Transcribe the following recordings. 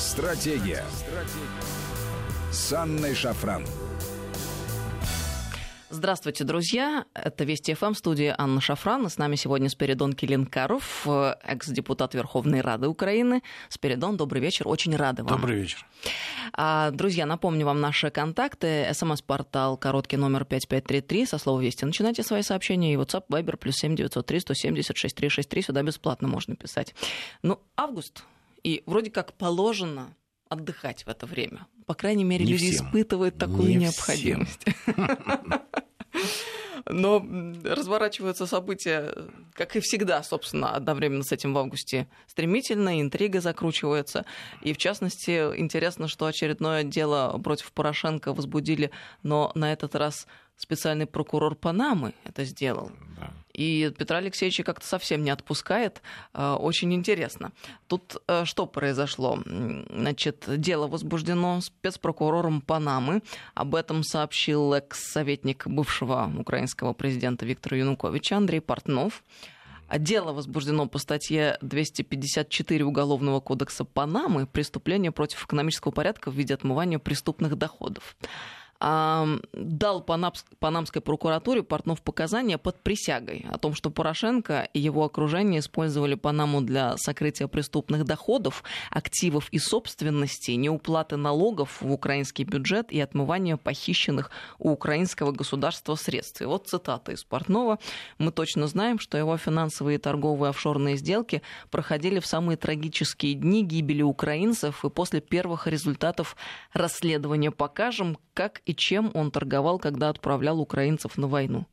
Стратегия. С Анной Шафран. Здравствуйте, друзья. Это Вести ФМ, студия Анна Шафран. И с нами сегодня Спиридон Килинкаров, экс-депутат Верховной Рады Украины. Спиридон, добрый вечер. Очень рада вам. Добрый вечер. Друзья, напомню вам наши контакты. СМС-портал короткий номер 5533. Со слова «Вести» начинайте свои сообщения. И WhatsApp, Viber, +7 903 170 6363. Сюда бесплатно можно писать. Август. И вроде как положено отдыхать в это время. По крайней мере, не люди всем. Испытывают такую необходимость. Но разворачиваются события, как и всегда, собственно, одновременно с этим в августе стремительно, интрига закручивается. И, в частности, интересно, что очередное дело против Порошенко возбудили, но на этот раз специальный прокурор Панамы это сделал. Да. И Петра Алексеевича как-то совсем не отпускает. Очень интересно. Тут что произошло? Значит, дело возбуждено спецпрокурором Панамы. Об этом сообщил экс-советник бывшего украинского президента Виктора Януковича Андрей Портнов. Дело возбуждено по статье 254 Уголовного кодекса Панамы «Преступление против экономического порядка в виде отмывания преступных доходов». Дал панамской прокуратуре Портнов показания под присягой о том, что Порошенко и его окружение использовали Панаму для сокрытия преступных доходов, активов и собственности, неуплаты налогов в украинский бюджет и отмывания похищенных у украинского государства средств. И вот цитата из Портнова. «Мы точно знаем, что его финансовые и торговые офшорные сделки проходили в самые трагические дни гибели украинцев, и после первых результатов расследования покажем, как и чем он торговал, когда отправлял украинцев на войну».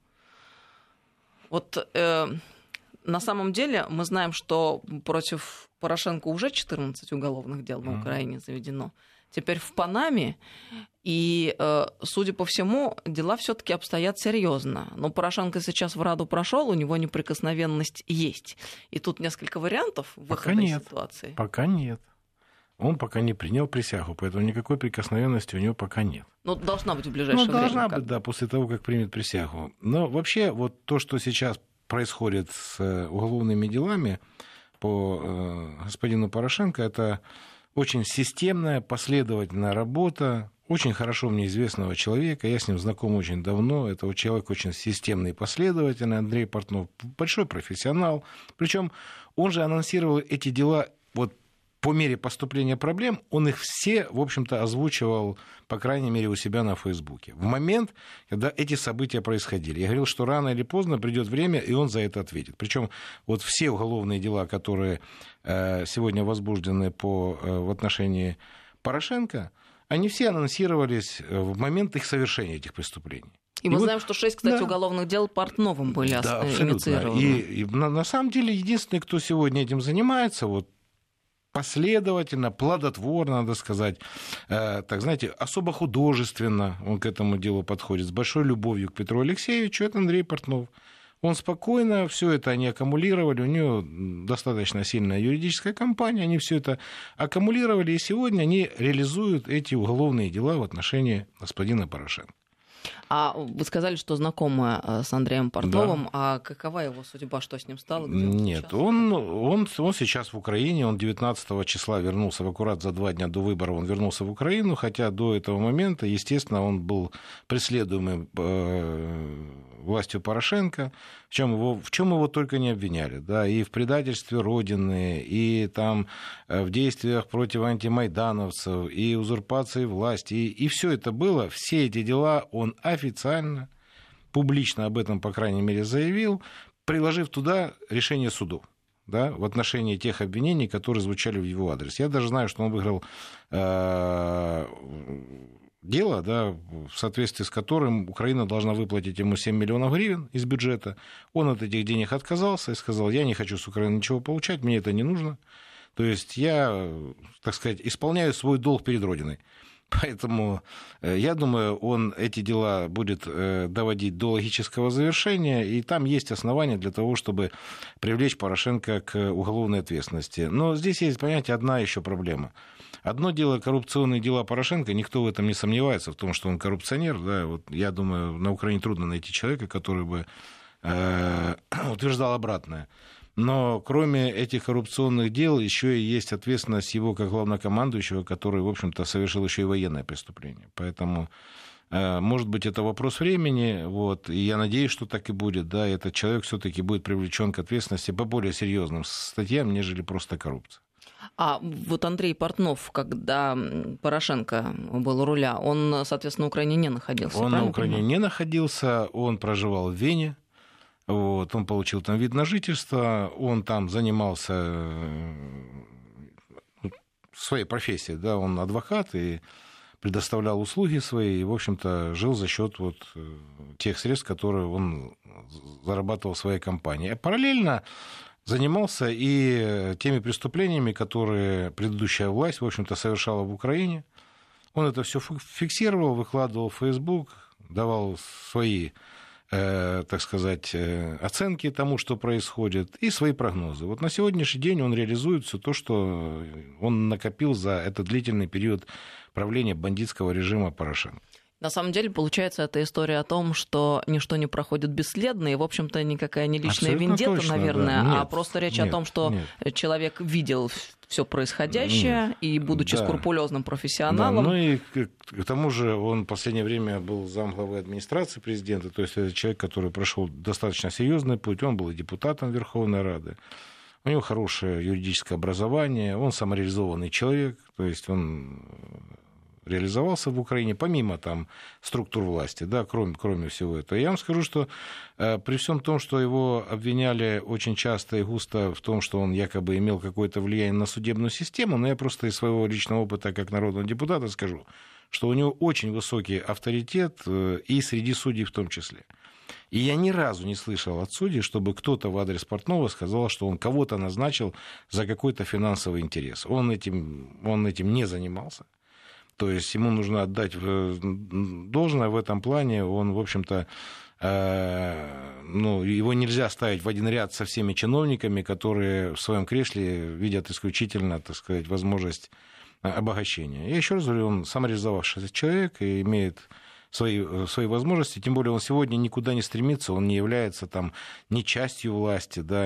На самом деле мы знаем, что против Порошенко уже 14 уголовных дел на Украине заведено. Теперь в Панаме, и, судя по всему, дела все-таки обстоят серьезно. Но Порошенко сейчас в Раду прошел, у него неприкосновенность есть. И тут несколько вариантов выхода из ситуации. Пока нет. Он пока не принял присягу, поэтому никакой прикосновенности у него пока нет. Должна быть в ближайшее время. Должна быть, да, после того, как примет присягу. Но вообще вот то, что сейчас происходит с уголовными делами по господину Порошенко, это очень системная, последовательная работа очень хорошо мне известного человека. Я с ним знаком очень давно. Это человек очень системный и последовательный. Андрей Портнов большой профессионал. Причем он же анонсировал эти дела по мере поступления проблем, он их все, в общем-то, озвучивал, по крайней мере, у себя на Фейсбуке. В момент, когда эти события происходили. Я говорил, что рано или поздно придет время, и он за это ответит. Причем все уголовные дела, которые сегодня возбуждены в отношении Порошенко, они все анонсировались в момент их совершения, этих преступлений. И мы знаем, что 6, кстати, уголовных дел Портновым были инициированы. И на самом деле единственный, кто сегодня этим занимается, последовательно, плодотворно, надо сказать, особо художественно он к этому делу подходит, с большой любовью к Петру Алексеевичу, это Андрей Портнов. Он спокойно, все это они аккумулировали, у него достаточно сильная юридическая компания, они все это аккумулировали, и сегодня они реализуют эти уголовные дела в отношении господина Порошенко. А вы сказали, что знакомы с Андреем Портновым. Да. А какова его судьба? Что с ним стало? Нет, он сейчас в Украине. Он 19 числа вернулся, аккурат за 2 дня до выборов он вернулся в Украину, хотя до этого момента, естественно, он был преследуемый властью Порошенко, в чем его только не обвиняли. Да, и в предательстве Родины, и там в действиях против антимайдановцев, и узурпации власти. И все это было, все эти дела он официально, публично об этом, по крайней мере, заявил, приложив туда решение судов, да, в отношении тех обвинений, которые звучали в его адрес. Я даже знаю, что он выиграл дело, да, в соответствии с которым Украина должна выплатить ему 7 миллионов гривен из бюджета. Он от этих денег отказался и сказал: я не хочу с Украины ничего получать, мне это не нужно. То есть я, так сказать, исполняю свой долг перед Родиной. Поэтому, я думаю, он эти дела будет доводить до логического завершения, и там есть основания для того, чтобы привлечь Порошенко к уголовной ответственности. Но здесь есть, понимаете, одна еще проблема. Одно дело коррупционные дела Порошенко, никто в этом не сомневается, в том, что он коррупционер. Да, я думаю, на Украине трудно найти человека, который бы утверждал обратное. Но кроме этих коррупционных дел еще и есть ответственность его как главнокомандующего, который, в общем-то, совершил еще и военное преступление. Поэтому, может быть, это вопрос времени, вот, и я надеюсь, что так и будет, да, этот человек все-таки будет привлечен к ответственности по более серьезным статьям, нежели просто коррупция. А вот Андрей Портнов, когда Порошенко был у руля, он, соответственно, на Украине не находился? Он на Украине не находился, он проживал в Вене. Вот, он получил там вид на жительство, он там занимался своей профессией, да, он адвокат и предоставлял услуги свои, и, в общем-то, жил за счет вот тех средств, которые он зарабатывал в своей компании. А параллельно занимался и теми преступлениями, которые предыдущая власть, в общем-то, совершала в Украине. Он это все фиксировал, выкладывал в Facebook, давал свои, так сказать, оценки тому, что происходит, и свои прогнозы. Вот на сегодняшний день он реализует все то, что он накопил за этот длительный период правления бандитского режима Порошенко. На самом деле, получается, это история о том, что ничто не проходит бесследно, и, в общем-то, никакая не личная абсолютно вендетта, точно, наверное, да. а просто речь о том, что человек видел все происходящее, и, будучи скрупулезным профессионалом... Да, ну и к тому же он в последнее время был замглавы администрации президента, то есть это человек, который прошел достаточно серьезный путь, он был и депутатом Верховной Рады, у него хорошее юридическое образование, он самореализованный человек, то есть он реализовался в Украине, помимо там структур власти, да, кроме всего этого. Я вам скажу, что при всем том, что его обвиняли очень часто и густо в том, что он якобы имел какое-то влияние на судебную систему, но я просто из своего личного опыта как народного депутата скажу, что у него очень высокий авторитет и среди судей в том числе. И я ни разу не слышал от судей, чтобы кто-то в адрес Портнова сказал, что он кого-то назначил за какой-то финансовый интерес. Он этим не занимался. То есть ему нужно отдать должное в этом плане. Он, в общем-то, его нельзя ставить в один ряд со всеми чиновниками, которые в своем кресле видят исключительно, так сказать, возможность обогащения. Я еще раз говорю, он самореализовавшийся человек и имеет свои возможности, тем более он сегодня никуда не стремится, он не является там ни частью власти, да,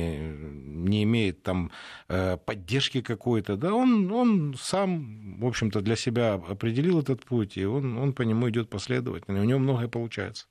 не имеет там поддержки какой-то, да, он сам, в общем-то, для себя определил этот путь, и он по нему идет последовательно, и у него многое получается.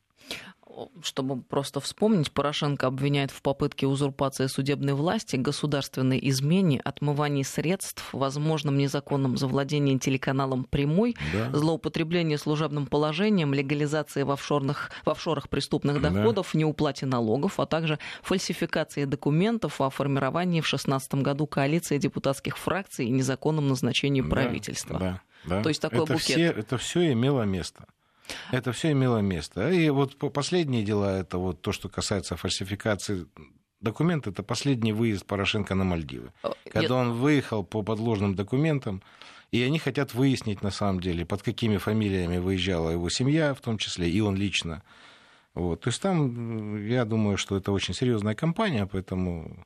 Чтобы просто вспомнить, Порошенко обвиняет в попытке узурпации судебной власти, государственной измене, отмывании средств, возможном незаконном завладении телеканалом «Прямой», да, злоупотреблении служебным положением, легализации в офшорах преступных доходов, да, неуплате налогов, а также фальсификации документов о формировании в 2016 году коалиции депутатских фракций и незаконном назначении правительства. Да, да. То есть такой букет. Это все имело место. Это все имело место. И вот последние дела, это вот то, что касается фальсификации документов, это последний выезд Порошенко на Мальдивы. Когда он выехал по подложным документам, и они хотят выяснить, на самом деле, под какими фамилиями выезжала его семья, в том числе, и он лично. Вот. То есть там, я думаю, что это очень серьезная кампания, поэтому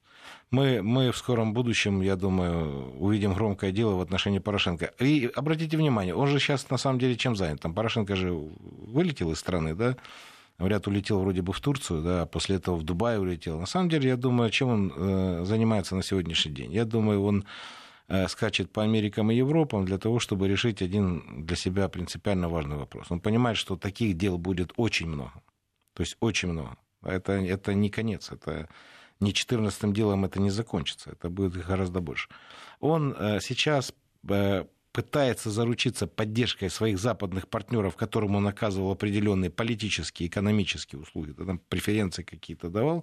мы в скором будущем, я думаю, увидим громкое дело в отношении Порошенко. И обратите внимание, он же сейчас на самом деле чем занят? Там Порошенко же вылетел из страны, да? Говорят, улетел вроде бы в Турцию, да, а после этого в Дубай улетел. На самом деле, я думаю, чем он занимается на сегодняшний день? Я думаю, он скачет по Америкам и Европам для того, чтобы решить один для себя принципиально важный вопрос. Он понимает, что таких дел будет очень много. То есть очень много. Это не конец, это не 14-м делом это не закончится, это будет гораздо больше. Он сейчас пытается заручиться поддержкой своих западных партнеров, которым он оказывал определенные политические, экономические услуги, там преференции какие-то давал.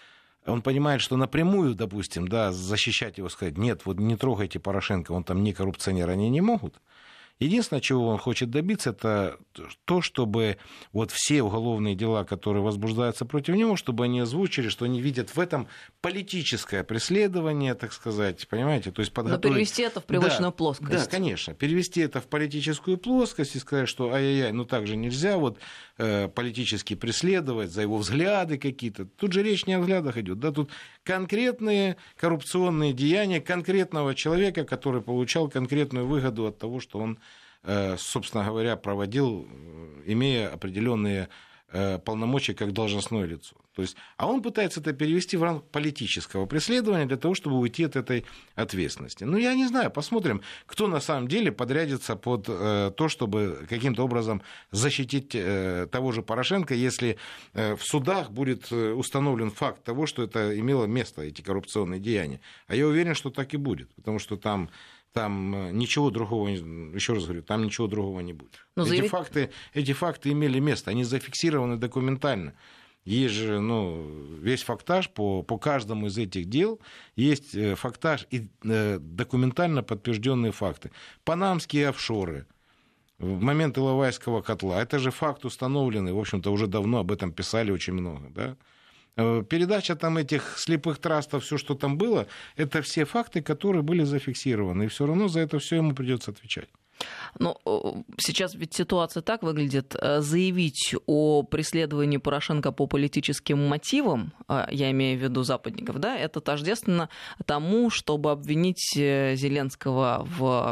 Он понимает, что напрямую, допустим, да, защищать его, сказать, нет, вот не трогайте Порошенко, он там не коррупционер, они не могут. Единственное, чего он хочет добиться, это то, чтобы вот все уголовные дела, которые возбуждаются против него, чтобы они озвучили, что они видят в этом политическое преследование, так сказать, понимаете? То есть подготовить... Но перевести это в привычную плоскость. Да, конечно. Перевести это в политическую плоскость и сказать, что ай-яй-яй, ну так же нельзя вот политически преследовать за его взгляды какие-то. Тут же речь не о взглядах идет, да, тут конкретные коррупционные деяния конкретного человека, который получал конкретную выгоду от того, что он, собственно говоря, проводил, имея определенные полномочия как должностное лицо. То есть, а он пытается это перевести в ранг политического преследования для того, чтобы уйти от этой ответственности. Ну, я не знаю, посмотрим, кто на самом деле подрядится под то, чтобы каким-то образом защитить того же Порошенко, если в судах будет установлен факт того, что это имело место, эти коррупционные деяния. А я уверен, что так и будет, потому что там ничего другого, еще раз говорю, там ничего другого не будет. Эти факты имели место, они зафиксированы документально. Есть же весь фактаж по каждому из этих дел, есть фактаж и документально подтвержденные факты. Панамские офшоры в момент Иловайского котла, это же факт установленный, в общем-то, уже давно об этом писали очень много, да? Передача там этих слепых трастов, все, что там было, это все факты, которые были зафиксированы, и все равно за это все ему придется отвечать. Но сейчас ведь ситуация так выглядит. Заявить о преследовании Порошенко по политическим мотивам, я имею в виду западников, да, это тождественно тому, чтобы обвинить Зеленского в...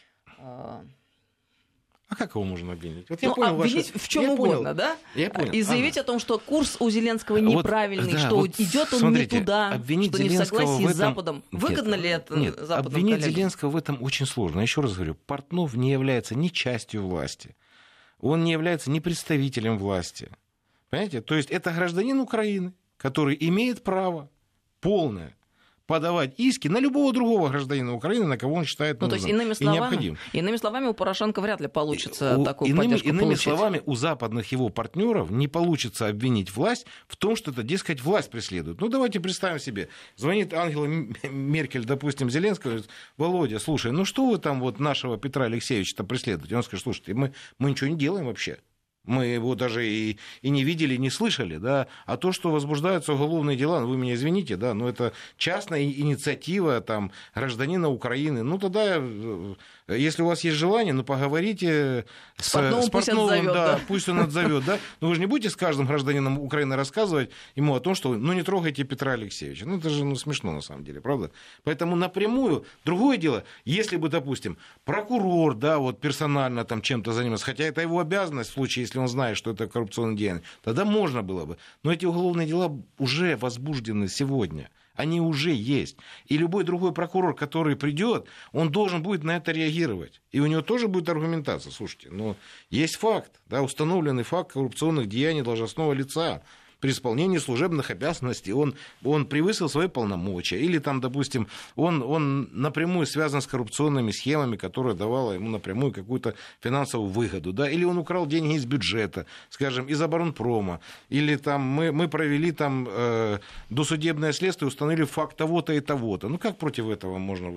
А как его можно обвинить? Вот обвинить в чем угодно, да? И заявить о том, что курс у Зеленского неправильный, что идет он не туда, что не в согласии с Западом. Выгодно ли это западным коллегам? Обвинить Зеленского в этом очень сложно. Я еще раз говорю, Портнов не является ни частью власти, он не является ни представителем власти. Понимаете? То есть это гражданин Украины, который имеет право полное подавать иски на любого другого гражданина Украины, на кого он считает нужным и необходимым. Иными словами, у Порошенко вряд ли получится такую поддержку Иными получить. словами, у западных его партнеров не получится обвинить власть в том, что это, дескать, власть преследует. Ну, давайте представим себе. Звонит Ангела Меркель, допустим, Зеленскому, говорит: Володя, слушай, ну что вы там вот нашего Петра Алексеевича-то преследуете? И он скажет: слушайте, мы ничего не делаем вообще. Мы его даже и не видели, не слышали, да, а то, что возбуждаются уголовные дела, вы меня извините, да, но это частная инициатива там гражданина Украины, ну тогда, если у вас есть желание, поговорите с Портновым, да, пусть он отзовет, да, но вы же не будете с каждым гражданином Украины рассказывать ему о том, что, не трогайте Петра Алексеевича, это же, смешно на самом деле, правда, поэтому напрямую, другое дело, если бы, допустим, прокурор, да, вот персонально там чем-то занимался, хотя это его обязанность в случае, если он знает, что это коррупционное деяние, тогда можно было бы. Но эти уголовные дела уже возбуждены сегодня. Они уже есть. И любой другой прокурор, который придет, он должен будет на это реагировать. И у него тоже будет аргументация. Слушайте, есть факт, да, установленный факт коррупционных деяний должностного лица. При исполнении служебных обязанностей он превысил свои полномочия, или там, допустим, он напрямую связан с коррупционными схемами, которые давала ему напрямую какую-то финансовую выгоду, да, или он украл деньги из бюджета, скажем, из оборонпрома, или там мы провели там досудебное следствие, установили факт того-то и того-то. Ну как против этого можно,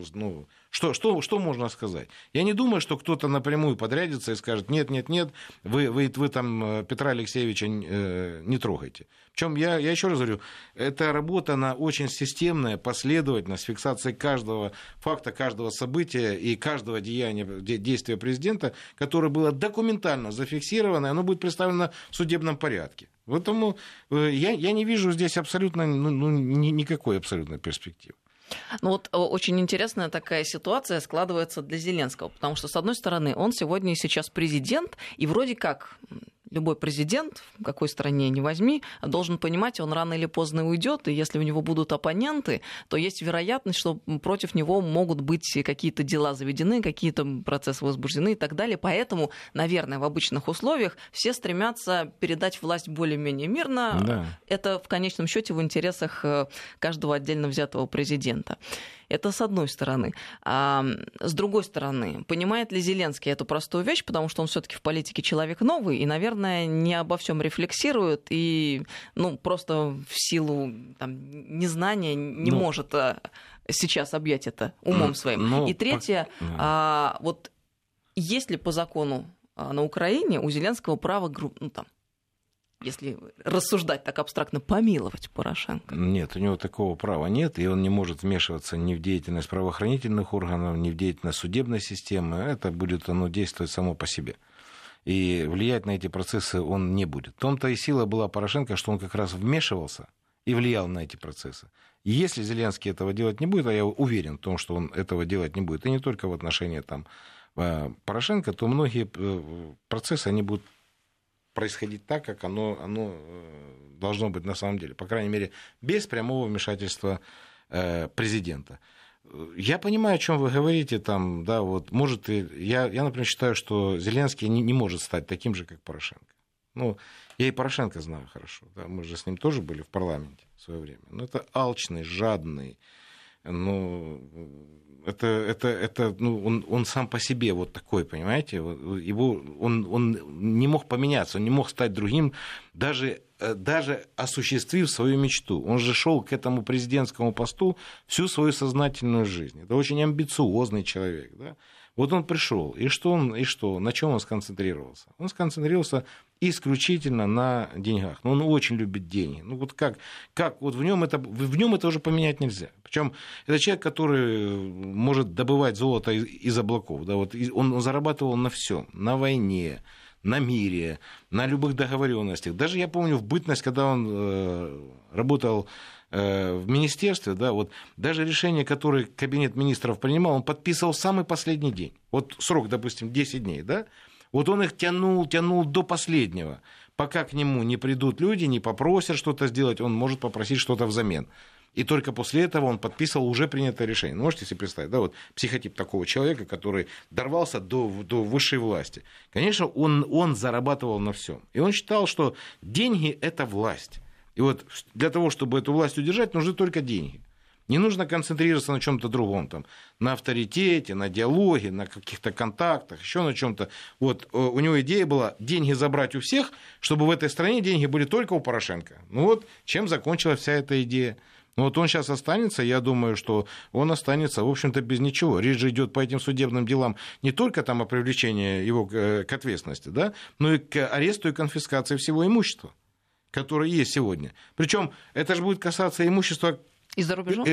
что можно сказать? Я не думаю, что кто-то напрямую подрядится и скажет: нет, вы там Петра Алексеевича не трогайте. Причем я еще раз говорю, это работа, она очень системная, последовательная, с фиксацией каждого факта, каждого события и каждого действия президента, которое было документально зафиксировано, и оно будет представлено в судебном порядке. Поэтому я не вижу здесь абсолютно никакой абсолютной перспективы. Очень интересная такая ситуация складывается для Зеленского, потому что, с одной стороны, он сегодня и сейчас президент, и вроде как любой президент, в какой стране ни возьми, должен понимать, он рано или поздно уйдет, и если у него будут оппоненты, то есть вероятность, что против него могут быть какие-то дела заведены, какие-то процессы возбуждены и так далее. Поэтому, наверное, в обычных условиях все стремятся передать власть более-менее мирно. Да. Это в конечном счете в интересах каждого отдельно взятого президента. Это с одной стороны. А с другой стороны, понимает ли Зеленский эту простую вещь, потому что он все-таки в политике человек новый и, наверное, не обо всем рефлексирует и просто в силу незнания не может сейчас объять это умом своим. И третье, есть ли по закону на Украине у Зеленского право если рассуждать так абстрактно, помиловать Порошенко? Нет, у него такого права нет, и он не может вмешиваться ни в деятельность правоохранительных органов, ни в деятельность судебной системы. Это будет действовать само по себе. И влиять на эти процессы он не будет. В том-то и сила была Порошенко, что он как раз вмешивался и влиял на эти процессы. И если Зеленский этого делать не будет, а я уверен в том, что он этого делать не будет, и не только в отношении Порошенко, то многие процессы, они будут происходить так, как оно должно быть на самом деле. По крайней мере, без прямого вмешательства президента. Я понимаю, о чем вы говорите. Там, да, вот, может, я, например, считаю, что Зеленский не может стать таким же, как Порошенко. Ну, я и Порошенко знаю хорошо. Да, мы же с ним тоже были в парламенте в свое время. Но это алчный, жадный. Ну, он сам по себе вот такой, понимаете? Он не мог поменяться, он не мог стать другим, даже осуществив свою мечту. Он же шел к этому президентскому посту всю свою сознательную жизнь. Это очень амбициозный человек, да? Вот он пришел, и что? На чем он сконцентрировался? Он сконцентрировался исключительно на деньгах. Но он очень любит деньги. Ну вот как вот в нем это уже поменять нельзя. Причем это человек, который может добывать золото из облаков. Да? Вот он зарабатывал на всем, на войне, на мире, на любых договоренностях. Даже я помню в бытность, когда он работал в министерстве, да, вот даже решение, которое кабинет министров принимал, он подписывал в самый последний день. Вот срок, допустим, 10 дней, да, вот он их тянул до последнего. Пока к нему не придут люди, не попросят что-то сделать, он может попросить что-то взамен. И только после этого он подписывал уже принятое решение. Можете себе представить, да, вот психотип такого человека, который дорвался до высшей власти. Конечно, он зарабатывал на всем. И он считал, что деньги – это власть. И вот для того, чтобы эту власть удержать, нужны только деньги. Не нужно концентрироваться на чем-то другом, там, на авторитете, на диалоге, на каких-то контактах, еще на чем-то. Вот у него идея была деньги забрать у всех, чтобы в этой стране деньги были только у Порошенко. Ну вот чем закончилась вся эта идея. Ну вот он сейчас останется, я думаю, что он останется, в общем-то, без ничего. Речь же идет по этим судебным делам не только там о привлечении его к ответственности, да, но и к аресту и конфискации всего имущества, которое есть сегодня. Причем это же будет касаться имущества и за рубежом,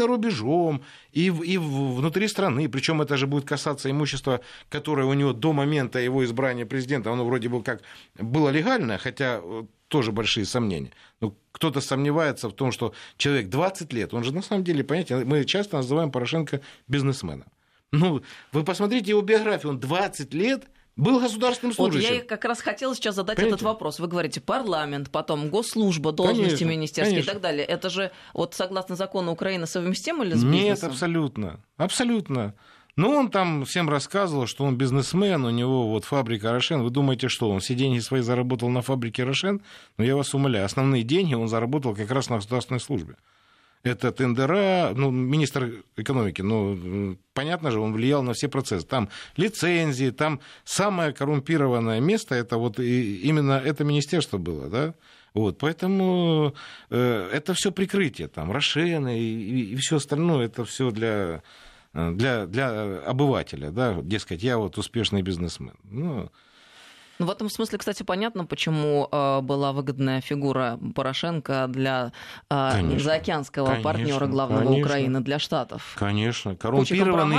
и внутри страны. Причем это же будет касаться имущества, которое у него до момента его избрания президента, оно вроде бы как было легальное, хотя тоже большие сомнения. Но кто-то сомневается в том, что человек 20 лет, он же на самом деле, понимаете, мы часто называем Порошенко бизнесменом. Ну, вы посмотрите его биографию, он 20 лет был государственным служащим. Вот я как раз хотела сейчас задать этот вопрос. Вы говорите, парламент, потом госслужба, должности министерские и так далее. Это же, вот согласно закону Украины, совместимо ли с бизнесом? Нет, абсолютно. Абсолютно. Ну, он там всем рассказывал, что он бизнесмен, у него вот фабрика «Рошен». Вы думаете, что он все деньги свои заработал на фабрике «Рошен»? Ну, я вас умоляю, основные деньги он заработал как раз на государственной службе. Это тендера, министр экономики, понятно же, он влиял на все процессы. Там лицензии, там самое коррумпированное место, это вот именно это министерство было, да? Вот, поэтому это все прикрытие, там, Рошены и все остальное, это все для обывателя, да, дескать, я вот успешный бизнесмен. Ну, в этом смысле, кстати, понятно, почему была выгодная фигура Порошенко для заокеанского партнера главного Украины, для Штатов. Конечно. Коррумпированный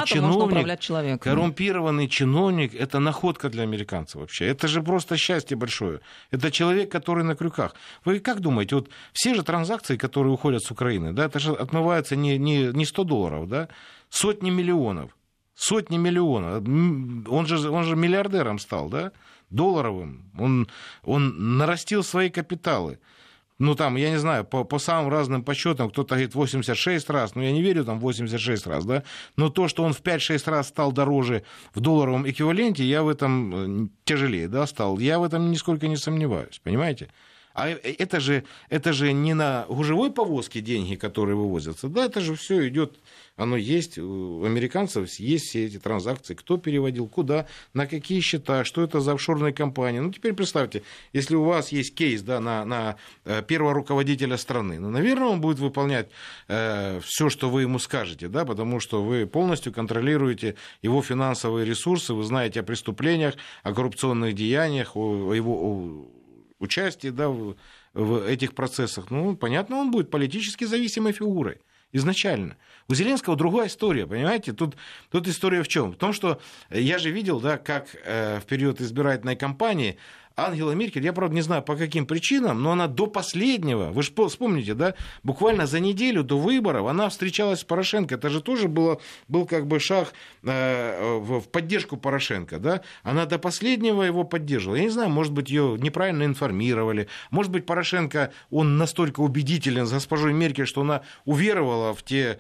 чиновник – это находка для американцев вообще. Это же просто счастье большое. Это человек, который на крюках. Вы как думаете, вот все же транзакции, которые уходят с Украины, да, это же отмывается не $100, да, сотни миллионов. Сотни миллионов. Он же миллиардером стал, да? Долларовым. Он нарастил свои капиталы. Ну, там, я не знаю, по самым разным подсчетам, кто-то говорит 86 раз, я не верю там 86 раз, да, но то, что он в 5-6 раз стал дороже в долларовом эквиваленте, я в этом тяжелее, да, стал, я в этом нисколько не сомневаюсь, понимаете? А это же не на гужевой повозке деньги, которые вывозятся, да, это же все идет, оно есть, у американцев есть все эти транзакции, кто переводил, куда, на какие счета, что это за офшорные компании. Ну, теперь представьте, если у вас есть кейс, да, на первого руководителя страны, наверное, он будет выполнять все, что вы ему скажете, да, потому что вы полностью контролируете его финансовые ресурсы, вы знаете о преступлениях, о коррупционных деяниях, о его участие, да, в этих процессах. Ну, понятно, он будет политически зависимой фигурой изначально. У Зеленского другая история, понимаете? Тут история в чем? В том, что я же видел, да, как в период избирательной кампании Ангела Меркель, я, правда, не знаю, по каким причинам, но она до последнего, вы же вспомните, да, буквально за неделю до выборов она встречалась с Порошенко. Это же тоже был как бы шаг в поддержку Порошенко, да. Она до последнего его поддерживала. Я не знаю, может быть, ее неправильно информировали, может быть, Порошенко, он настолько убедителен с госпожой Меркель, что она уверовала в те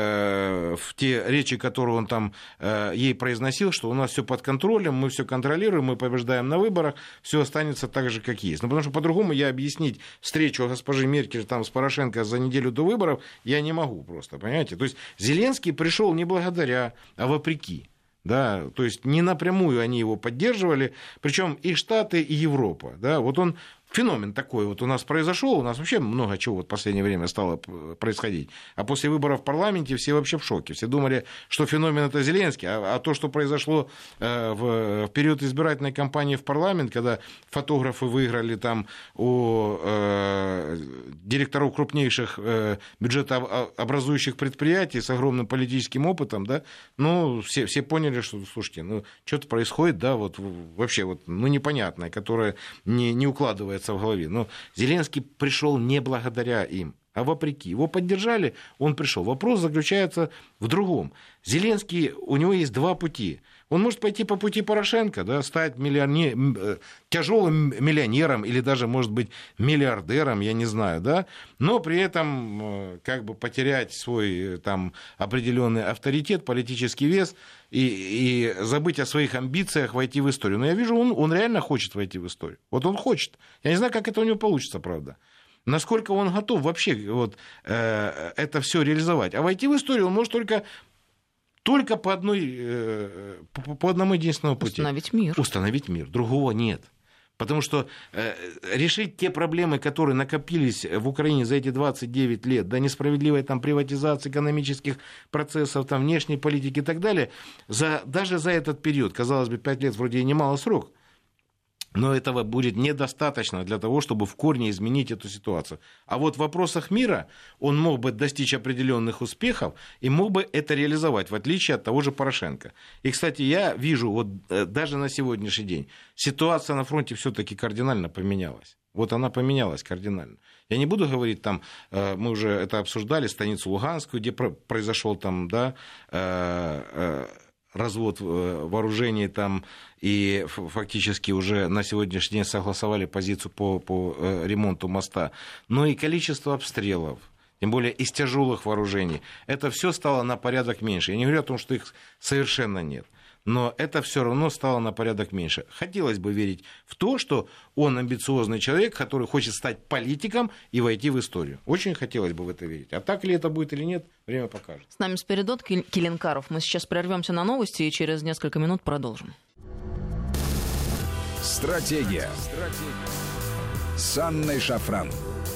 речи, которые он там ей произносил, что у нас все под контролем, мы все контролируем, мы побеждаем на выборах, все останется так же, как есть. Ну, потому что по-другому я объяснить встречу госпожи Меркель там, с Порошенко за неделю до выборов я не могу просто, понимаете? То есть Зеленский пришел не благодаря, а вопреки. Да, то есть не напрямую они его поддерживали, причем и Штаты, и Европа. Да, вот он феномен такой вот у нас произошел, у нас вообще много чего вот в последнее время стало происходить. А после выборов в парламенте все вообще в шоке. Все думали, что феномен это Зеленский, а то, что произошло в период избирательной кампании в парламент, когда фотографы выиграли там у директоров крупнейших бюджетообразующих предприятий с огромным политическим опытом, да, ну, все поняли, что, слушайте, ну, что-то происходит, да, вот вообще вот, ну, непонятное, которое не укладывается в голове. Но Зеленский пришел не благодаря им, а вопреки. Его поддержали, он пришел. Вопрос заключается в другом. Зеленский, у него есть два пути. Он может пойти по пути Порошенко, да, стать тяжелым миллионером или даже, может быть, миллиардером, я не знаю, да, но при этом как бы потерять свой там определенный авторитет, политический вес и забыть о своих амбициях войти в историю. Но я вижу, он реально хочет войти в историю. Вот он хочет. Я не знаю, как это у него получится, правда. Насколько он готов вообще вот, это все реализовать. А войти в историю он может только по одному единственному пути. Установить мир. Другого нет. Потому что решить те проблемы, которые накопились в Украине за эти 29 лет, да, несправедливой там приватизации экономических процессов, там, внешней политики и так далее, даже за этот период, казалось бы, 5 лет вроде и немало срок, но этого будет недостаточно для того, чтобы в корне изменить эту ситуацию. А вот в вопросах мира он мог бы достичь определенных успехов и мог бы это реализовать, в отличие от того же Порошенко. И, кстати, я вижу, вот даже на сегодняшний день, ситуация на фронте все-таки кардинально поменялась. Вот она поменялась кардинально. Я не буду говорить, там, мы уже это обсуждали, станицу Луганскую, где произошел там, да, развод вооружений там, и фактически уже на сегодняшний день согласовали позицию по ремонту моста, но и количество обстрелов, тем более из тяжелых вооружений, это все стало на порядок меньше. Я не говорю о том, что их совершенно нет, но это все равно стало на порядок меньше. Хотелось бы верить в то, что он амбициозный человек, который хочет стать политиком и войти в историю. Очень хотелось бы в это верить. А так ли это будет или нет, время покажет. С нами Спиридон Киленкаров. Мы сейчас прервемся на новости и через несколько минут продолжим. Стратегия. С Анной Шафран.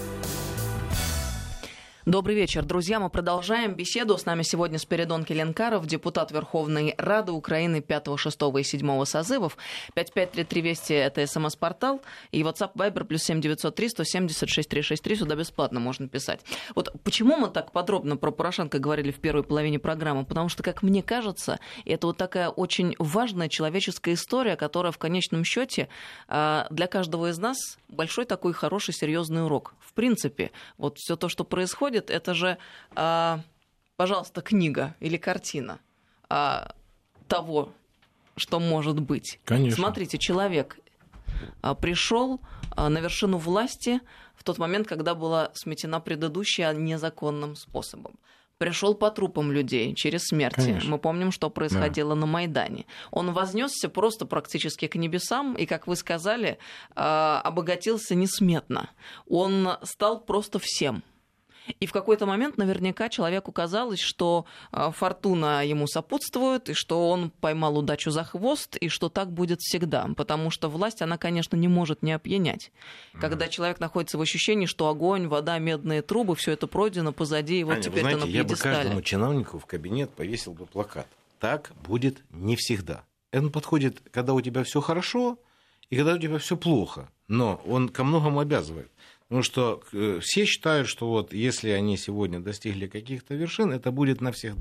Добрый вечер, друзья. Мы продолжаем беседу. С нами сегодня Спиридон Киленкаров, депутат Верховной Рады Украины 5, 6 и 7 созывов. 5533 Вести — это СМС-портал. И WhatsApp Viber +7 903 170 6363. Сюда бесплатно можно писать. Вот почему мы так подробно про Порошенко говорили в первой половине программы? Потому что, как мне кажется, это вот такая очень важная человеческая история, которая в конечном счете для каждого из нас большой такой хороший серьезный урок. В принципе, вот все то, что происходит, это же, пожалуйста, книга или картина того, что может быть. Конечно. Смотрите, человек пришел на вершину власти в тот момент, когда была сметена предыдущая незаконным способом. Пришел по трупам людей через смерти. Конечно. Мы помним, что происходило на Майдане. Он вознесся просто практически к небесам и, как вы сказали, обогатился несметно. Он стал просто всем. И в какой-то момент наверняка человеку казалось, что фортуна ему сопутствует, и что он поймал удачу за хвост, и что так будет всегда. Потому что власть, она, конечно, не может не опьянять. Когда человек находится в ощущении, что огонь, вода, медные трубы, все это пройдено позади, и вот теперь ты на пьедестале. Я бы каждому чиновнику в кабинет повесил бы плакат. Так будет не всегда. Он подходит, когда у тебя все хорошо, и когда у тебя все плохо. Но он ко многому обязывает. Потому что все считают, что вот если они сегодня достигли каких-то вершин, это будет навсегда.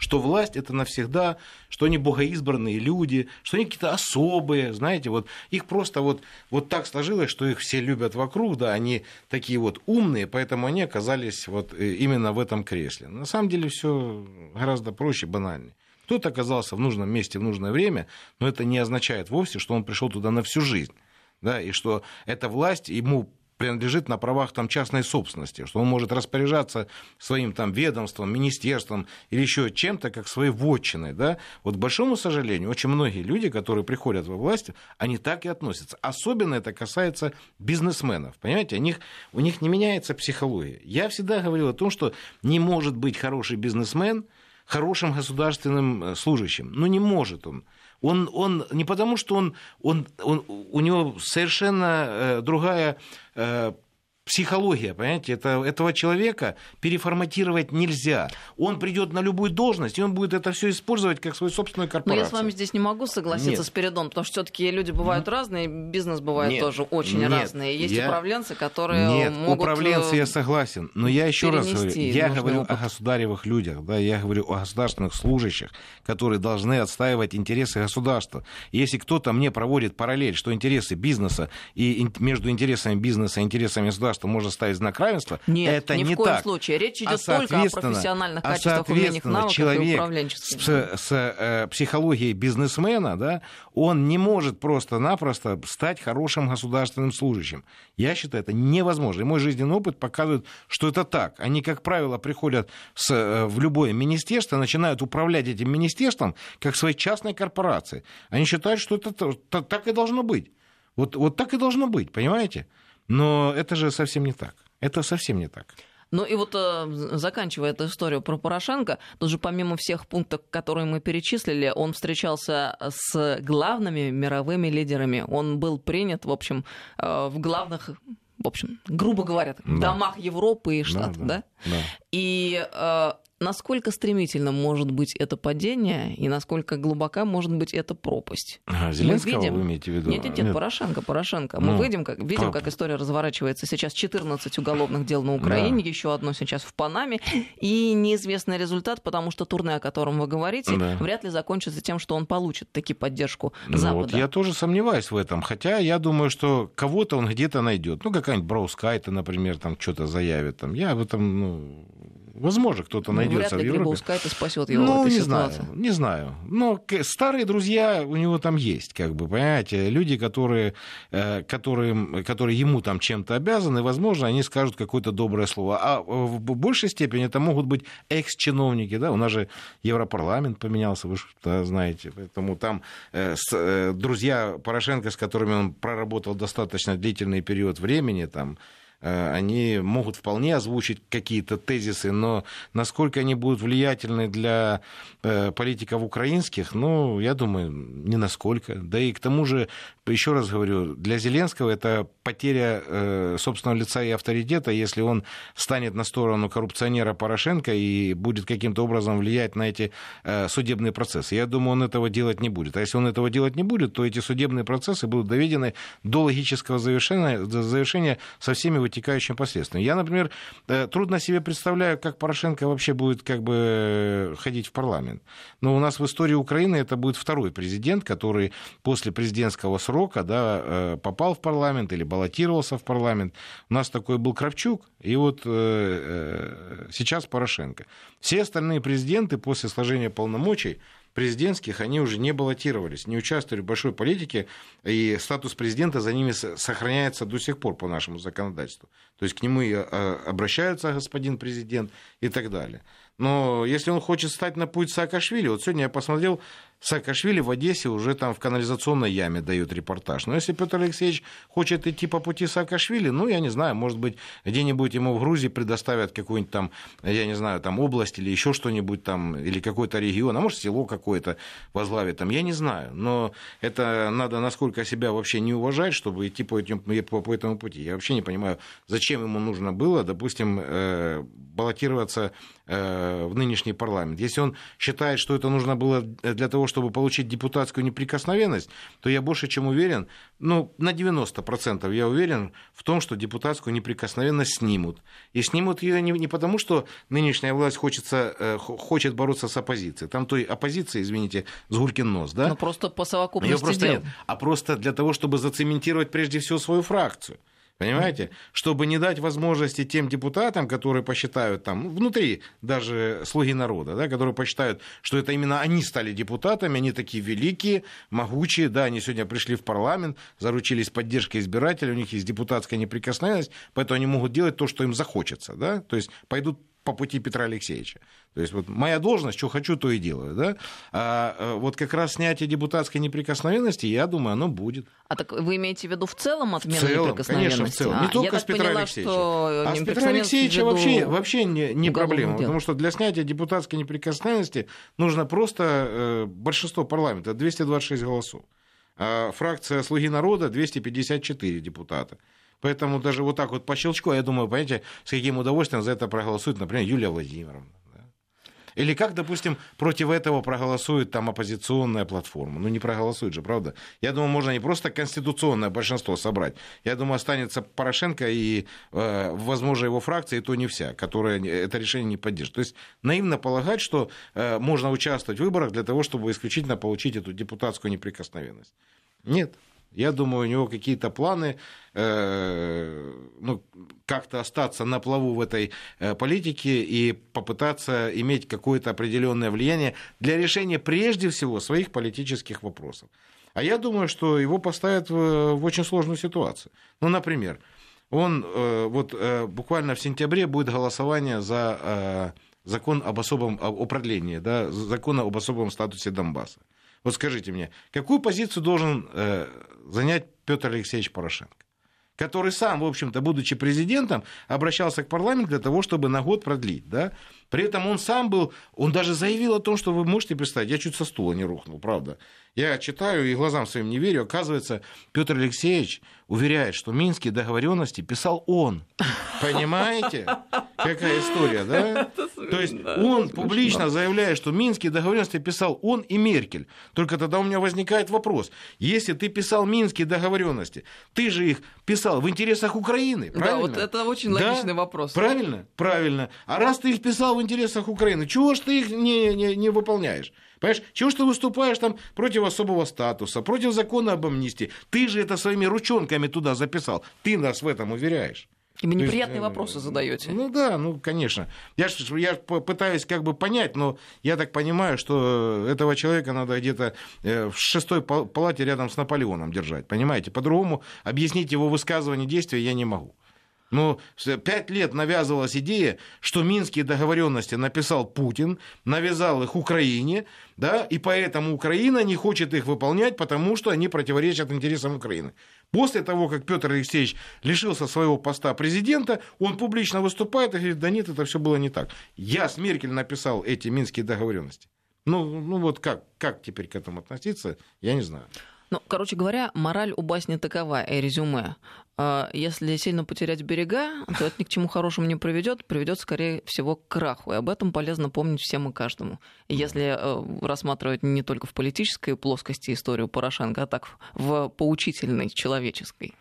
что власть – это навсегда, что они богоизбранные люди, что они какие-то особые, знаете, вот их просто вот так сложилось, что их все любят вокруг, да, они такие вот умные, поэтому они оказались вот именно в этом кресле. На самом деле все гораздо проще, банальнее. Кто-то оказался в нужном месте в нужное время, но это не означает вовсе, что он пришел туда на всю жизнь, да, и что эта власть ему принадлежит на правах там, частной собственности, что он может распоряжаться своим там, ведомством, министерством или еще чем-то, как своей вотчиной. Да? Вот, к большому сожалению, очень многие люди, которые приходят во власть, они так и относятся. Особенно это касается бизнесменов. Понимаете, у них не меняется психология. Я всегда говорил о том, что не может быть хороший бизнесмен хорошим государственным служащим. Ну, не может он. Он не потому, что у него совершенно другая психология, понимаете, этого человека переформатировать нельзя. Он придет на любую должность, и он будет это все использовать как свою собственную корпорацию. Но я с вами здесь не могу согласиться, Спиридон, потому что все-таки люди бывают разные, бизнес бывает тоже очень разный. Есть управленцы, которые могут... управленцы я согласен, но я еще раз говорю, я говорю о государевых людях, да, я говорю о государственных служащих, которые должны отстаивать интересы государства. Если кто-то мне проводит параллель, что интересы бизнеса и между интересами бизнеса и интересами государства можно ставить знак равенства, нет, это не так. Ни в коем случае. Речь идет только о профессиональных качествах, умениях, навыках и управленческих. Человек с психологией бизнесмена, да, он не может просто-напросто стать хорошим государственным служащим. Я считаю, это невозможно. И мой жизненный опыт показывает, что это так. Они, как правило, приходят в любое министерство, начинают управлять этим министерством как своей частной корпорацией. Они считают, что это так и должно быть. Вот так и должно быть, понимаете? Но это же совсем не так. Это совсем не так. Ну и вот заканчивая эту историю про Порошенко, тоже помимо всех пунктов, которые мы перечислили, он встречался с главными мировыми лидерами. Он был принят, в общем, в главных, в общем, грубо говоря, домах Европы и Штатов. Да. И насколько стремительно может быть это падение и насколько глубока может быть эта пропасть? Зеленского вы имеете в виду? Нет, Порошенко. Мы видим, как история разворачивается. Сейчас 14 уголовных дел на Украине, еще одно сейчас в Панаме. И неизвестный результат, потому что турне, о котором вы говорите, вряд ли закончится тем, что он получит таки поддержку Запада. Вот я тоже сомневаюсь в этом. Хотя я думаю, что кого-то он где-то найдет. Ну, какая-нибудь Браускайта, например, там что-то заявит. Там. Я об этом... Возможно, кто-то найдется в Европе. Вряд ли Грибоускайте спасет его в этой ситуации. Не знаю. Но старые друзья у него там есть, как бы, понимаете, люди, которые ему там чем-то обязаны, возможно, они скажут какое-то доброе слово. А в большей степени это могут быть экс-чиновники, да, у нас же Европарламент поменялся, вы же знаете, поэтому там друзья Порошенко, с которыми он проработал достаточно длительный период времени, там, они могут вполне озвучить какие-то тезисы, но насколько они будут влиятельны для политиков украинских, ну, я думаю, не насколько. Да и к тому же, еще раз говорю, для Зеленского это потеря собственного лица и авторитета, если он станет на сторону коррупционера Порошенко и будет каким-то образом влиять на эти судебные процессы. Я думаю, он этого делать не будет. А если он этого делать не будет, то эти судебные процессы будут доведены до логического завершения со всеми вытекающими последствиями. Я, например, трудно себе представляю, как Порошенко вообще будет как бы ходить в парламент. Но у нас в истории Украины это будет второй президент, который после президентского срока, да, попал в парламент или баллотировался в парламент. У нас такой был Кравчук, и вот сейчас Порошенко. Все остальные президенты после сложения полномочий президентских, они уже не баллотировались, не участвовали в большой политике, и статус президента за ними сохраняется до сих пор по нашему законодательству. То есть к нему и обращаются господин президент и так далее. Но если он хочет стать на путь Саакашвили, вот сегодня я посмотрел, Саакашвили в Одессе уже там в канализационной яме дают репортаж. Но если Петр Алексеевич хочет идти по пути Саакашвили, ну, я не знаю, может быть, где-нибудь ему в Грузии предоставят какую-нибудь там, я не знаю, там область или еще что-нибудь там, или какой-то регион, а может, село какое-то возглавит там, я не знаю. Но это надо насколько себя вообще не уважать, чтобы идти по этому пути. Я вообще не понимаю, зачем ему нужно было, допустим, баллотироваться в нынешний парламент. Если он считает, что это нужно было для того, чтобы получить депутатскую неприкосновенность, то я больше чем уверен, на 90% я уверен в том, что депутатскую неприкосновенность снимут. И снимут ее не потому, что нынешняя власть хочет бороться с оппозицией. Там той оппозиции, извините, с гулькин нос, да? Но просто по совокупности дел. Нет, а просто для того, чтобы зацементировать прежде всего свою фракцию. Понимаете? Чтобы не дать возможности тем депутатам, которые посчитают там, внутри даже «Слуги народа», да, которые посчитают, что это именно они стали депутатами, они такие великие, могучие, да, они сегодня пришли в парламент, заручились поддержкой избирателей, у них есть депутатская неприкосновенность, поэтому они могут делать то, что им захочется, да, то есть пойдут по пути Петра Алексеевича. То есть вот моя должность, что хочу, то и делаю. Да? А вот как раз снятие депутатской неприкосновенности, я думаю, оно будет. А так вы имеете в виду в целом отмену неприкосновенности? Конечно, в целом. Не только с Петра Алексеевича. А с Петра Алексеевича вообще не проблема. Потому что для снятия депутатской неприкосновенности нужно просто большинство парламента, 226 голосов. А фракция «Слуги народа» 254 депутата. Поэтому даже вот так вот по щелчку, я думаю, понимаете, с каким удовольствием за это проголосует, например, Юлия Владимировна. Да? Или как, допустим, против этого проголосует там оппозиционная платформа. Не проголосует же, правда? Я думаю, можно не просто конституционное большинство собрать. Я думаю, останется Порошенко и, возможно, его фракция, и то не вся, которая это решение не поддержит. То есть наивно полагать, что можно участвовать в выборах для того, чтобы исключительно получить эту депутатскую неприкосновенность. Нет. Я думаю, у него какие-то планы как-то остаться на плаву в этой политике и попытаться иметь какое-то определенное влияние для решения прежде всего своих политических вопросов. А я думаю, что его поставят в очень сложную ситуацию. Например, он буквально в сентябре будет голосование за закон о продлении, да, закона об особом статусе Донбасса. Вот скажите мне, какую позицию должен занять Петр Алексеевич Порошенко, который сам, в общем-то, будучи президентом, обращался к парламенту для того, чтобы на год продлить, да? При этом он даже заявил о том, что вы можете представить, я чуть со стула не рухнул, правда. Я читаю и глазам своим не верю. Оказывается, Петр Алексеевич уверяет, что минские договоренности писал он. Понимаете? Какая история, да? То есть он публично заявляет, что минские договоренности писал он и Меркель. Только тогда у меня возникает вопрос. Если ты писал минские договоренности, ты же их писал в интересах Украины, правильно? Да, вот это очень логичный вопрос. Правильно? Правильно. А раз ты их писал в интересах Украины, чего ж ты их не выполняешь? Понимаешь, чего ж ты выступаешь там против особого статуса, против закона об амнистии? Ты же это своими ручонками туда записал. Ты нас в этом уверяешь. И вы неприятные вопросы задаете. Конечно. Я пытаюсь понять, но я так понимаю, что этого человека надо где-то в 6-й палате рядом с Наполеоном держать. Понимаете? По-другому объяснить его высказывание действия я не могу. 5 лет навязывалась идея, что минские договоренности написал Путин, навязал их Украине, да, и поэтому Украина не хочет их выполнять, потому что они противоречат интересам Украины. После того, как Петр Алексеевич лишился своего поста президента, он публично выступает и говорит, да нет, это все было не так. Я с Меркель написал эти минские договоренности. Как теперь к этому относиться, я не знаю. Короче говоря, мораль у басни такова, резюме. Если сильно потерять берега, то это ни к чему хорошему не приведет, скорее всего, к краху. И об этом полезно помнить всем и каждому. И если рассматривать не только в политической плоскости историю Порошенко, а так в поучительной, человеческой.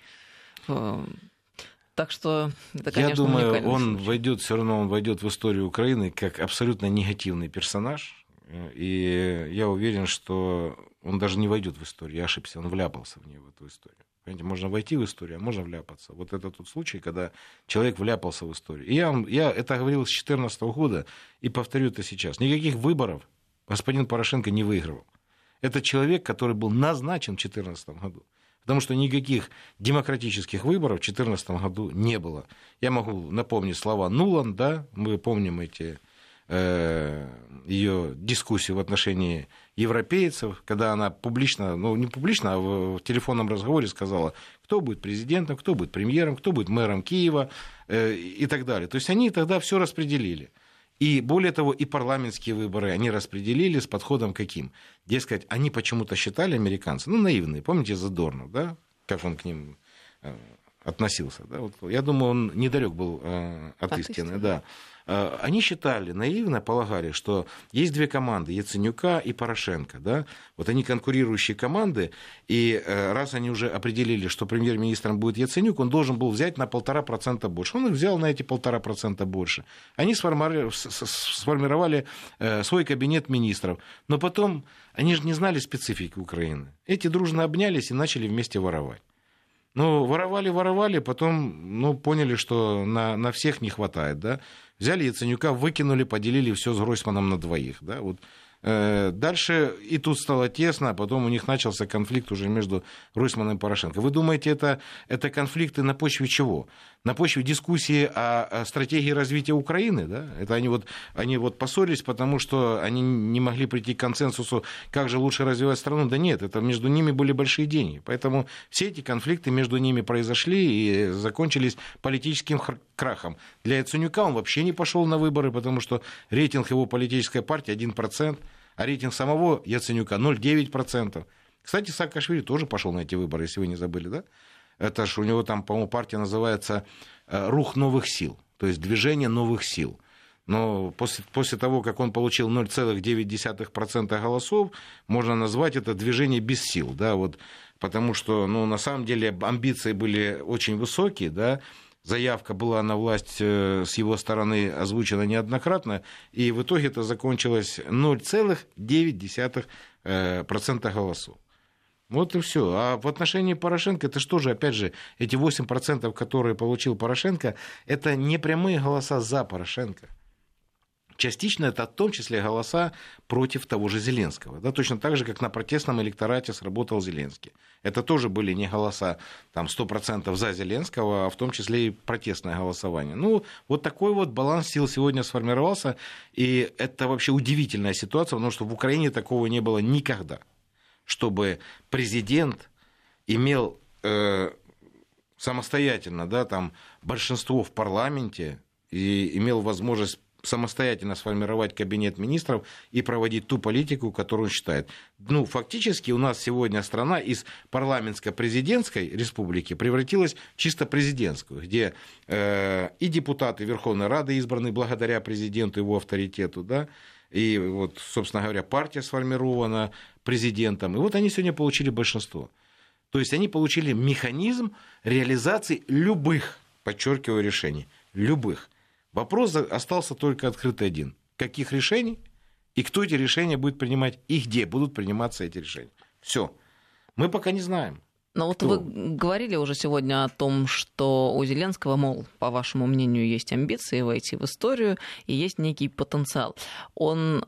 Так что это, конечно, я думаю, все равно он войдет в историю Украины как абсолютно негативный персонаж. И я уверен, что он даже не войдет в историю. Я ошибся, он вляпался в нее, в эту историю. Понимаете, можно войти в историю, а можно вляпаться. Вот это тот случай, когда человек вляпался в историю. И я это говорил с 2014 года и повторю это сейчас. Никаких выборов господин Порошенко не выигрывал. Это человек, который был назначен в 2014 году. Потому что никаких демократических выборов в 2014 году не было. Я могу напомнить слова Нуланд, да, мы помним ее дискуссию в отношении европейцев, когда она публично, не публично, а в телефонном разговоре сказала, кто будет президентом, кто будет премьером, кто будет мэром Киева и так далее. То есть они тогда все распределили. И более того, и парламентские выборы они распределили с подходом каким? Дескать, они почему-то считали, американцы, наивные, помните Задорнов, да, как он к ним относился. Да? Я думаю, он недалек был от истины, да. они считали, наивно полагали, что есть две команды, Яценюка и Порошенко, да, вот они конкурирующие команды, и раз они уже определили, что премьер-министром будет Яценюк, он должен был взять на 1,5% больше. Он их взял на эти 1,5% больше. Они сформировали свой кабинет министров, но потом они же не знали специфики Украины. Эти дружно обнялись и начали вместе воровать. Ну, воровали, потом поняли, что на всех не хватает, да. Взяли Яценюка, выкинули, поделили все с Гройсманом на двоих, да, вот. Дальше и тут стало тесно, а потом у них начался конфликт уже между Гройсманом и Порошенко. Вы думаете, это конфликты на почве чего? На почве дискуссии о стратегии развития Украины? Да? Это они поссорились, потому что они не могли прийти к консенсусу, как же лучше развивать страну. Да нет, это между ними были большие деньги. Поэтому все эти конфликты между ними произошли и закончились политическим крахом. Для Яценюка он вообще не пошел на выборы, потому что рейтинг его политической партии 1%, а рейтинг самого Яценюка 0,9%. Кстати, Саакашвили тоже пошел на эти выборы, если вы не забыли, да? Это ж у него там, по-моему, партия называется «Рух новых сил», то есть «Движение новых сил». Но после того, как он получил 0,9% голосов, можно назвать это «движение без сил», да, вот, потому что, на самом деле амбиции были очень высокие, да, заявка была на власть с его стороны озвучена неоднократно, и в итоге это закончилось 0,9% голосов. Вот и все. А в отношении Порошенко, это что же, опять же, эти 8%, которые получил Порошенко, это не прямые голоса за Порошенко. Частично это в том числе голоса против того же Зеленского. Да, точно так же, как на протестном электорате сработал Зеленский. Это тоже были не голоса там, 100% за Зеленского, а в том числе и протестное голосование. Вот такой вот баланс сил сегодня сформировался. И это вообще удивительная ситуация, потому что в Украине такого не было никогда. Чтобы президент имел самостоятельно, да, там, большинство в парламенте и имел возможность самостоятельно сформировать кабинет министров и проводить ту политику, которую он считает. Фактически у нас сегодня страна из парламентско-президентской республики превратилась в чисто президентскую, где и депутаты Верховной Рады избраны благодаря президенту, его авторитету, да, и вот, собственно говоря, партия сформирована президентом, и вот они сегодня получили большинство. То есть они получили механизм реализации любых, подчеркиваю, решений, любых. Вопрос остался только открытый один. Каких решений и кто эти решения будет принимать и где будут приниматься эти решения. Все. Мы пока не знаем. Но вот вы говорили уже сегодня о том, что у Зеленского, мол, по вашему мнению, есть амбиции войти в историю и есть некий потенциал. Он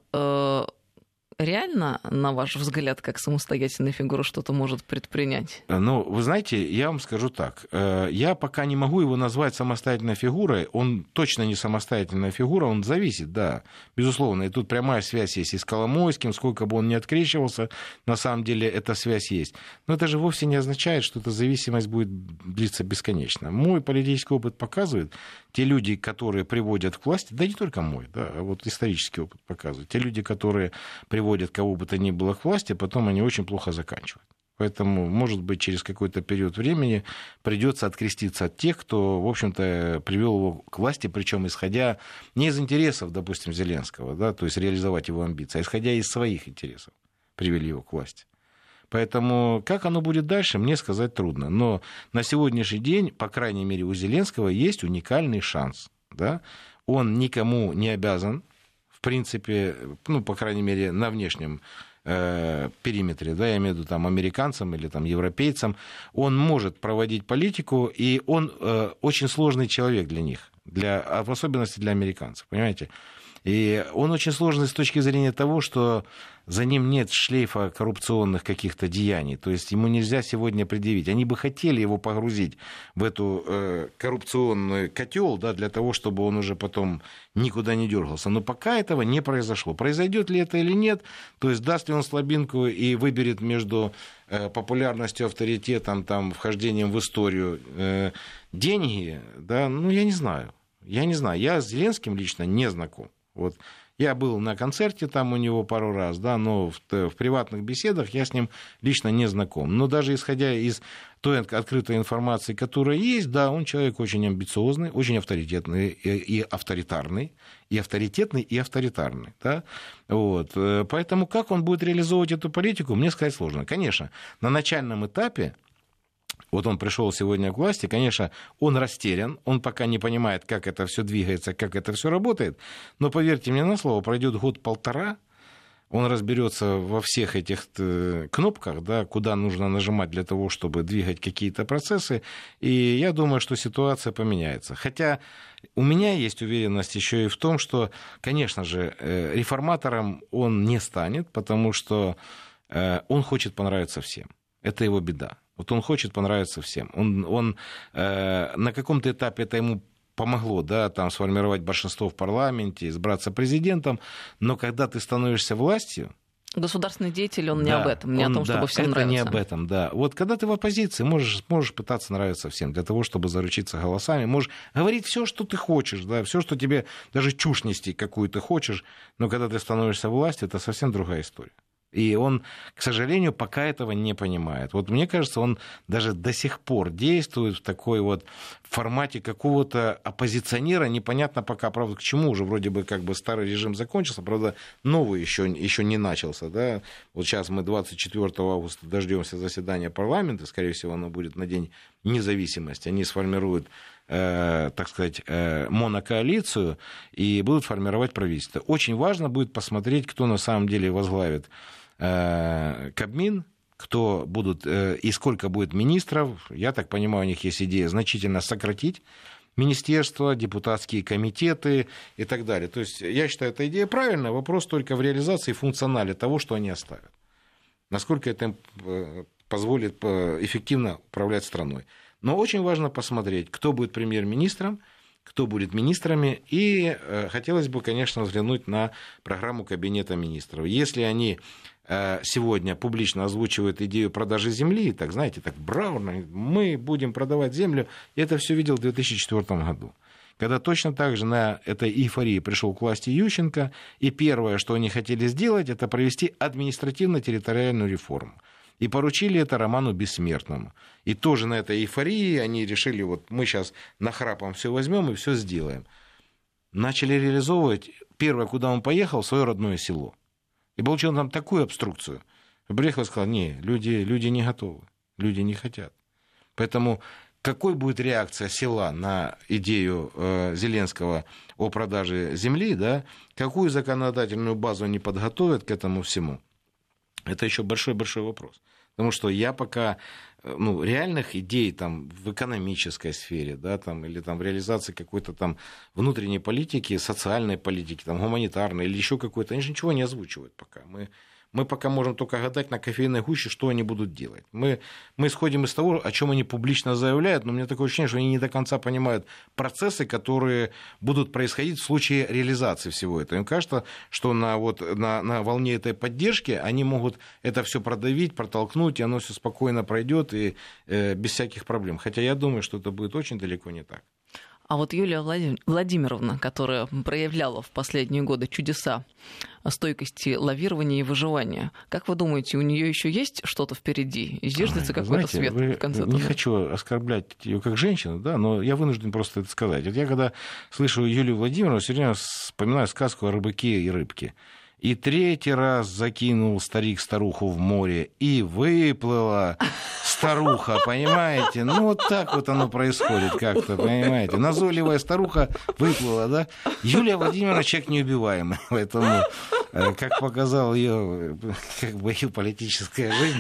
реально, на ваш взгляд, как самостоятельная фигура, что-то может предпринять? Вы знаете, я вам скажу так. Я пока не могу его назвать самостоятельной фигурой. Он точно не самостоятельная фигура, он зависит, да, безусловно. И тут прямая связь есть и с Коломойским, сколько бы он ни открещивался, на самом деле эта связь есть. Но это же вовсе не означает, что эта зависимость будет длиться бесконечно. Мой политический опыт показывает, те люди, которые приводят к власти, да не только мой, да, а вот исторический опыт показывает, те люди, которые приводят кого бы то ни было к власти, потом они очень плохо заканчивают. Поэтому, может быть, через какой-то период времени придется откреститься от тех, кто, в общем-то, привел его к власти, причем исходя не из интересов, допустим, Зеленского, да, то есть реализовать его амбиции, а исходя из своих интересов привели его к власти. Поэтому как оно будет дальше, мне сказать трудно. Но на сегодняшний день, по крайней мере, у Зеленского есть уникальный шанс. Да? Он никому не обязан, в принципе, по крайней мере, на внешнем периметре, да, я имею в виду там, американцам или там, европейцам, он может проводить политику, и он очень сложный человек для них, в особенности для американцев, понимаете? И он очень сложный с точки зрения того, что за ним нет шлейфа коррупционных каких-то деяний. То есть ему нельзя сегодня предъявить. Они бы хотели его погрузить в эту коррупционный котел, да, для того, чтобы он уже потом никуда не дергался. Но пока этого не произошло. Произойдет ли это или нет, то есть даст ли он слабинку и выберет между популярностью, авторитетом, там, вхождением в историю деньги, да, я не знаю. Я с Зеленским лично не знаком. Вот. Я был на концерте там у него пару раз, да, но в приватных беседах я с ним лично не знаком. Но даже исходя из той открытой информации, которая есть, да, он человек очень амбициозный, очень авторитетный и авторитарный, и авторитетный, и авторитарный, да, вот. Поэтому как он будет реализовывать эту политику, мне сказать сложно. Конечно, на начальном этапе, вот он пришел сегодня к власти, конечно, он растерян, он пока не понимает, как это все двигается, как это все работает, но поверьте мне на слово, пройдет год-полтора, он разберется во всех этих кнопках, да, куда нужно нажимать для того, чтобы двигать какие-то процессы, и я думаю, что ситуация поменяется. Хотя у меня есть уверенность еще и в том, что, конечно же, реформатором он не станет, потому что он хочет понравиться всем. Это его беда. Вот он хочет понравиться всем. Он на каком-то этапе это ему помогло, да, там, сформировать большинство в парламенте, избраться президентом, но когда ты становишься властью... Государственный деятель, он не об этом, не о том, чтобы всем нравиться. Не об этом, да. Вот когда ты в оппозиции, можешь пытаться нравиться всем, для того, чтобы заручиться голосами, можешь говорить все, что ты хочешь, да, все, что тебе, даже чушь нести, какую ты хочешь, но когда ты становишься властью, это совсем другая история. И он, к сожалению, пока этого не понимает. Вот мне кажется, он даже до сих пор действует в такой вот формате какого-то оппозиционера. Непонятно пока, правда, к чему. Уже вроде бы как бы старый режим закончился, правда, новый еще не начался. Да? Вот сейчас мы 24 августа дождемся заседания парламента. Скорее всего, оно будет на День независимости. Они сформируют, так сказать, монокоалицию и будут формировать правительство. Очень важно будет посмотреть, кто на самом деле возглавит Кабмин, кто будут и сколько будет министров. Я так понимаю, у них есть идея значительно сократить министерства, депутатские комитеты и так далее. То есть я считаю, эта идея правильная, вопрос только в реализации и функционале того, что они оставят. Насколько это им позволит эффективно управлять страной. Но очень важно посмотреть, кто будет премьер-министром, кто будет министрами, и хотелось бы, конечно, взглянуть на программу Кабинета министров. Если они сегодня публично озвучивают идею продажи земли, так, знаете, так бравурно, мы будем продавать землю, я это все видел в 2004 году, когда точно так же на этой эйфории пришел к власти Ющенко, и первое, что они хотели сделать, это провести административно-территориальную реформу. И поручили это Роману Бессмертному. И тоже на этой эйфории они решили, вот мы сейчас нахрапом все возьмем и все сделаем. Начали реализовывать. Первое, куда он поехал, в свое родное село. И получил там такую обструкцию. Приехал и сказал, не, люди не готовы, люди не хотят. Поэтому какой будет реакция села на идею Зеленского о продаже земли, да, какую законодательную базу они подготовят к этому всему, это еще большой-большой вопрос. Потому что я пока реальных идей там, в экономической сфере, да, там, или там, в реализации какой-то там внутренней политики, социальной политики, там, гуманитарной или еще какой-то, они же ничего не озвучивают пока. Мы пока можем только гадать на кофейной гуще, что они будут делать. Мы исходим из того, о чем они публично заявляют, но у меня такое ощущение, что они не до конца понимают процессы, которые будут происходить в случае реализации всего этого. Им кажется, что на волне этой поддержки они могут это все продавить, протолкнуть, и оно все спокойно пройдет и без всяких проблем. Хотя я думаю, что это будет очень далеко не так. А вот Юлия Владимировна, которая проявляла в последние годы чудеса стойкости лавирования и выживания, как вы думаете, у нее еще есть что-то впереди? И зиждется какой-то свет в конце туннеля? Не хочу оскорблять ее как женщину, да, но я вынужден просто это сказать. Вот я когда слышу Юлию Владимировну, все время вспоминаю сказку о рыбаке и рыбке. И третий раз закинул старик старуху в море, и выплыла старуха, понимаете? Ну, вот так вот оно происходит как-то, понимаете? Назойливая старуха выплыла, да? Юлия Владимировна человек неубиваемый, поэтому, как показала ее политическая жизнь,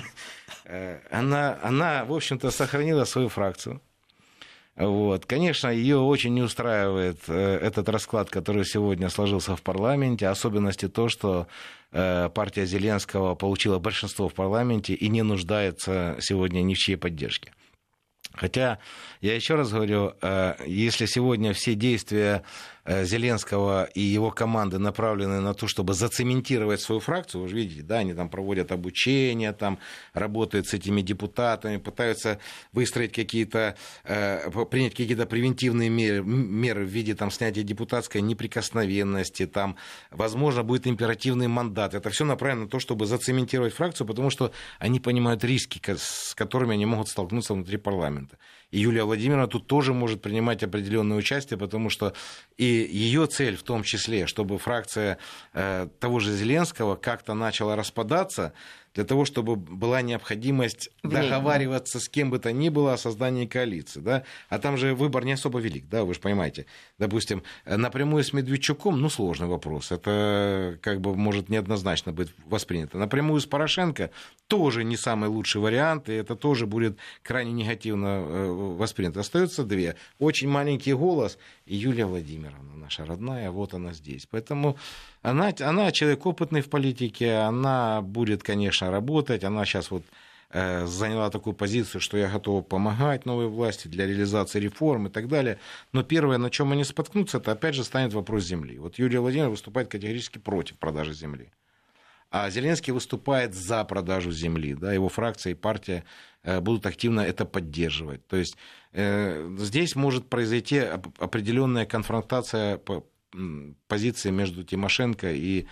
она, в общем-то, сохранила свою фракцию. Вот. Конечно, ее очень не устраивает этот расклад, который сегодня сложился в парламенте, особенности то, что партия Зеленского получила большинство в парламенте и не нуждается сегодня ни в чьей поддержке. Хотя, я еще раз говорю, если сегодня все действия Зеленского и его команды направлены на то, чтобы зацементировать свою фракцию. Вы же видите, да, они там проводят обучение, там работают с этими депутатами, пытаются выстроить какие-то, принять какие-то превентивные меры в виде там, снятия депутатской неприкосновенности, там, возможно, будет императивный мандат. Это все направлено на то, чтобы зацементировать фракцию, потому что они понимают риски, с которыми они могут столкнуться внутри парламента. И Юлия Владимировна тут тоже может принимать определенное участие, потому что и ее цель в том числе, чтобы фракция того же Зеленского как-то начала распадаться, для того, чтобы была необходимость договариваться с кем бы то ни было о создании коалиции. Да? А там же выбор не особо велик, да, вы же понимаете. Допустим, напрямую с Медведчуком, ну, сложный вопрос. Это как бы может неоднозначно быть воспринято. Напрямую с Порошенко тоже не самый лучший вариант, и это тоже будет крайне негативно воспринято. Остается две. Очень маленький голос, и Юлия Владимировна, наша родная, вот она здесь. Поэтому она человек опытный в политике, она будет, конечно, работать. Она сейчас вот заняла такую позицию, что я готова помогать новой власти для реализации реформ и так далее. Но первое, на чем они споткнутся, это опять же станет вопрос земли. Вот Юлия Владимировна выступает категорически против продажи земли. А Зеленский выступает за продажу земли. Да, его фракция и партия будут активно это поддерживать. То есть здесь может произойти определенная конфронтация позиции между Тимошенко и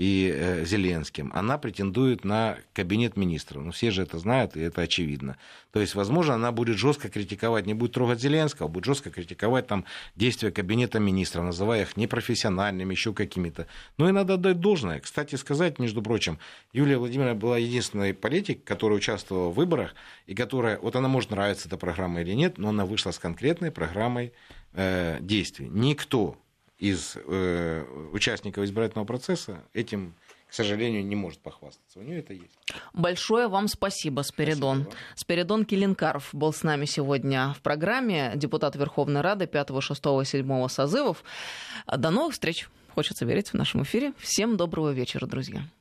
Зеленским. Она претендует на кабинет министров. Ну, все же это знают, и это очевидно. То есть, возможно, она будет жестко критиковать, не будет трогать Зеленского, будет жестко критиковать там, действия кабинета министров, называя их непрофессиональными, еще какими-то. Ну, и надо отдать должное. Кстати сказать, между прочим, Юлия Владимировна была единственной политик, которая участвовала в выборах, и которая, вот она может нравиться эта программа или нет, но она вышла с конкретной программой действий. Никто из участников избирательного процесса этим, к сожалению, не может похвастаться. У нее это есть. Большое вам спасибо, Спиридон. Спиридон Килинкаров был с нами сегодня в программе, депутат Верховной Рады 5, 6 и 7 созывов. До новых встреч. Хочется верить в нашем эфире. Всем доброго вечера, друзья.